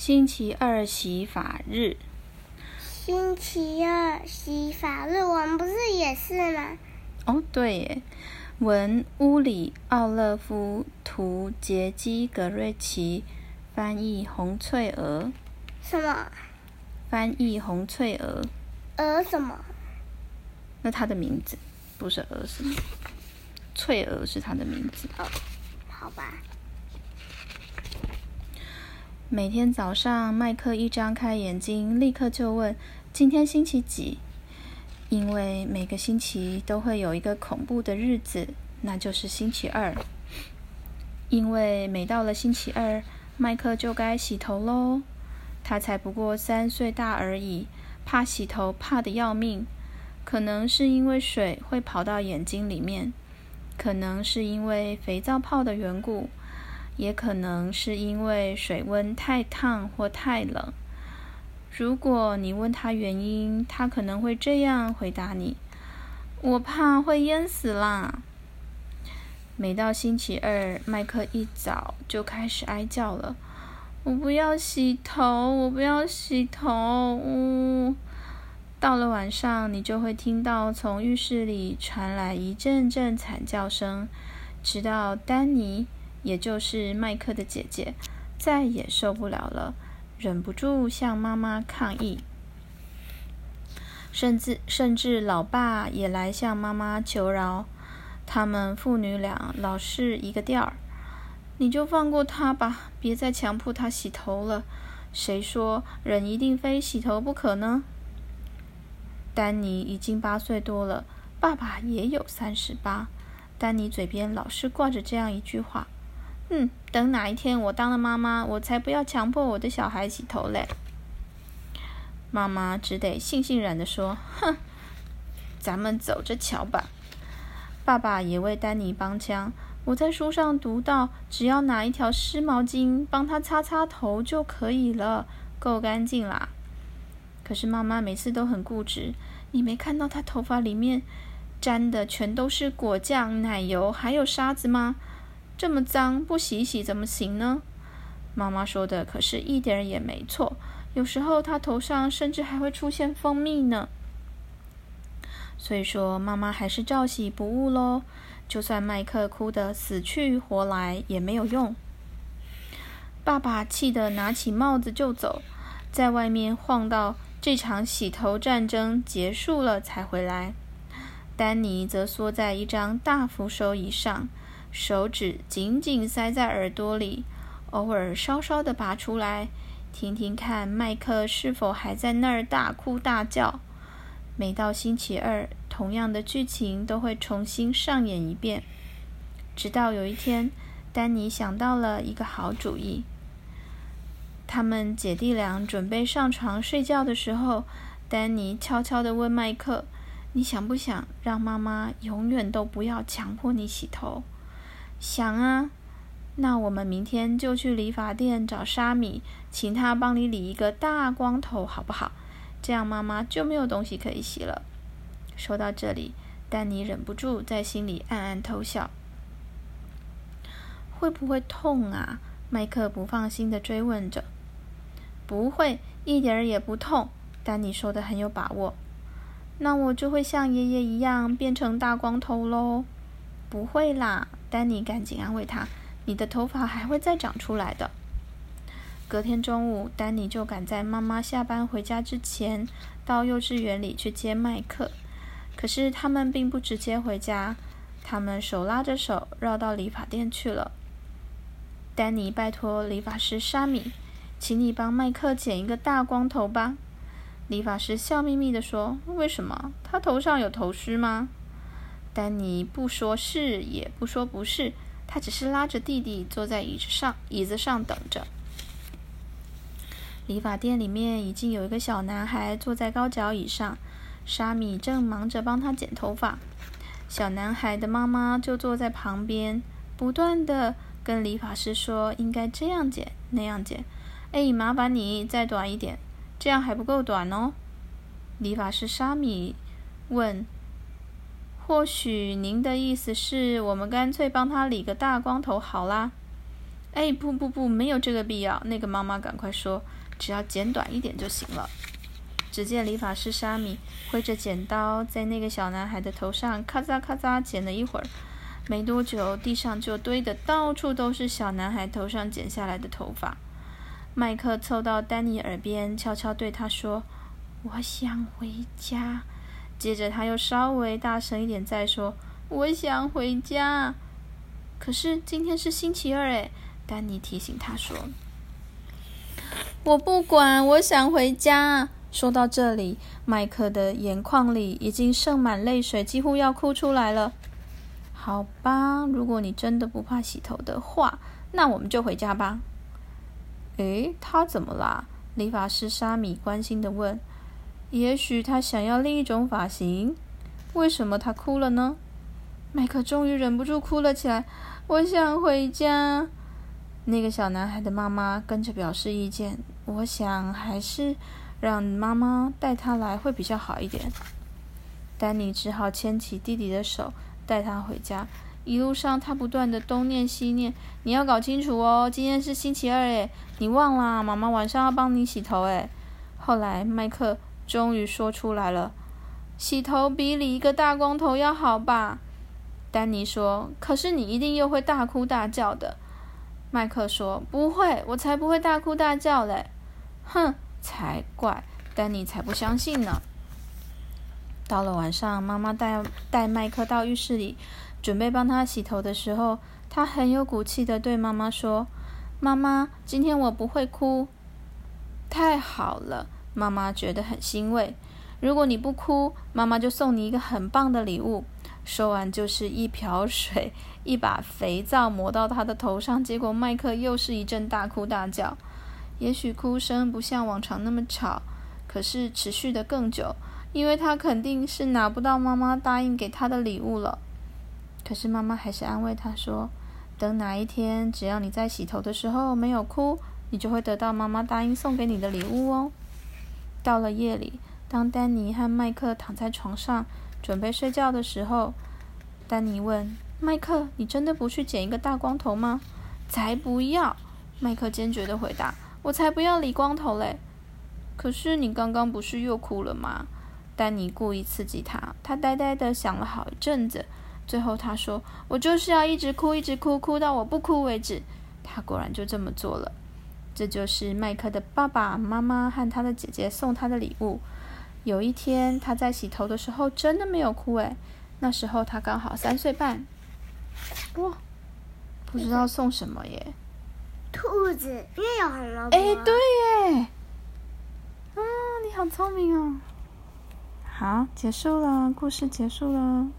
星期二洗发日。 星期二洗发日，我们不是也是吗？ 哦，对耶。文乌里奥勒夫，图杰基格瑞奇，翻译洪翠娥。 什么？ 翻译洪翠娥。 什么？ 那他的名字不是娥什么？翠娥是他的名字。 哦，好吧。 每天早上，麦克一张开眼睛，立刻就问：今天星期几？因为每个星期都会有一个恐怖的日子，那就是星期二。因为每到了星期二，麦克就该洗头咯。他才不过3岁大而已，怕洗头怕得要命。可能是因为水会跑到眼睛里面，可能是因为肥皂泡的缘故，也可能是因为水温太烫或太冷。如果你问他原因，他可能会这样回答你：我怕会淹死啦。每到星期二，麦克一早就开始哀叫了：我不要洗头，我不要洗头。到了晚上，你就会听到从浴室里传来一阵阵惨叫声，直到丹尼，也就是麦克的姐姐，再也受不了了，忍不住向妈妈抗议。甚至老爸也来向妈妈求饶，他们父女俩老是一个调儿：你就放过他吧，别再强迫他洗头了。谁说人一定非洗头不可呢？丹尼已经8岁多了，爸爸也有38。丹尼嘴边老是挂着这样一句话：等哪一天我当了妈妈，我才不要强迫我的小孩洗头嘞。妈妈只得悻悻然地说：咱们走着瞧吧。爸爸也为丹尼帮腔：我在书上读到，只要拿一条湿毛巾帮他擦擦头就可以了，够干净啦。可是妈妈每次都很固执，你没看到她头发里面沾的全都是果酱、奶油还有沙子吗？这么脏，不洗一洗怎么行呢？妈妈说的可是一点也没错，有时候她头上甚至还会出现蜂蜜呢。所以说妈妈还是照洗不误咯，就算麦克哭得死去活来也没有用。爸爸气得拿起帽子就走，在外面晃到这场洗头战争结束了才回来。丹尼则缩在一张大扶手椅上，手指紧紧塞在耳朵里，偶尔稍稍地拔出来，听听看麦克是否还在那儿大哭大叫。每到星期二，同样的剧情都会重新上演一遍。直到有一天，丹尼想到了一个好主意。他们姐弟俩准备上床睡觉的时候，丹尼悄悄地问麦克：你想不想让妈妈永远都不要强迫你洗头？想啊。那我们明天就去理发店找沙米，请他帮你理一个大光头好不好？这样妈妈就没有东西可以洗了。说到这里，丹尼忍不住在心里暗暗偷笑。会不会痛啊？麦克不放心地追问着。不会，一点儿也不痛，丹尼说得很有把握。那我就会像爷爷一样变成大光头咯。不会啦，丹尼赶紧安慰他，你的头发还会再长出来的。隔天中午，丹尼就赶在妈妈下班回家之前，到幼稚园里去接麦克。可是他们并不直接回家，他们手拉着手绕到理发店去了。丹尼拜托理发师沙米，请你帮麦克剪一个大光头吧。理发师笑眯眯地说：为什么？他头上有头虱吗？丹尼不说是也不说不是，他只是拉着弟弟坐在椅子上等着。理发店里面已经有一个小男孩坐在高脚椅上，沙米正忙着帮他剪头发。小男孩的妈妈就坐在旁边，不断地跟理发师说应该这样剪那样剪。麻烦你再短一点，这样还不够短哦。理发师沙米问：或许您的意思是我们干脆帮他理个大光头好啦？ 哎，不，没有这个必要。那个妈妈赶快说，只要剪短一点就行了。只见理发师沙米挥着剪刀，在那个小男孩的头上咔嚓咔嚓剪了一会儿，没多久，地上就堆得到处都是小男孩头上剪下来的头发。麦克凑到丹尼耳边，悄悄对他说：“我想回家。”接着他又稍微大声一点再说：“我想回家。”可是今天是星期二诶，丹尼提醒他说：“我不管，我想回家。”说到这里，麦克的眼眶里已经盛满泪水，几乎要哭出来了。好吧，如果你真的不怕洗头的话，那我们就回家吧。诶，他怎么啦？理发师沙米关心地问。也许他想要另一种发型。为什么他哭了呢？麦克终于忍不住哭了起来。我想回家。那个小男孩的妈妈跟着表示意见。我想还是让妈妈带他来会比较好一点。丹尼只好牵起弟弟的手，带他回家。一路上他不断的东念西念，你要搞清楚哦，今天是星期二诶，你忘啦，妈妈晚上要帮你洗头诶。后来麦克终于说出来了，洗头比理一个大光头要好吧？丹尼说，可是你一定又会大哭大叫的。麦克说，不会，我才不会大哭大叫嘞。哼，才怪，丹尼才不相信呢。到了晚上，妈妈带麦克到浴室里，准备帮他洗头的时候，他很有骨气地对妈妈说：“妈妈，今天我不会哭。”太好了，妈妈觉得很欣慰。如果你不哭，妈妈就送你一个很棒的礼物。说完就是一瓢水，一把肥皂抹到他的头上，结果麦克又是一阵大哭大叫。也许哭声不像往常那么吵，可是持续的更久，因为他肯定是拿不到妈妈答应给他的礼物了。可是妈妈还是安慰他说，等哪一天只要你在洗头的时候没有哭，你就会得到妈妈答应送给你的礼物哦。到了夜里，当丹尼和麦克躺在床上准备睡觉的时候，丹尼问麦克，你真的不去剪一个大光头吗？才不要，麦克坚决地回答，我才不要理光头嘞。可是你刚刚不是又哭了吗？丹尼故意刺激他，他呆呆地想了好一阵子，最后他说，我就是要一直哭一直哭，哭到我不哭为止。他果然就这么做了。这就是麦克的爸爸妈妈和他的姐姐送他的礼物。有一天他在洗头的时候真的没有哭诶，那时候他刚好3岁半。哇，不知道送什么耶。 兔子，因为有红萝卜。 哎，对耶。你好聪明哦。好，结束了，故事结束了。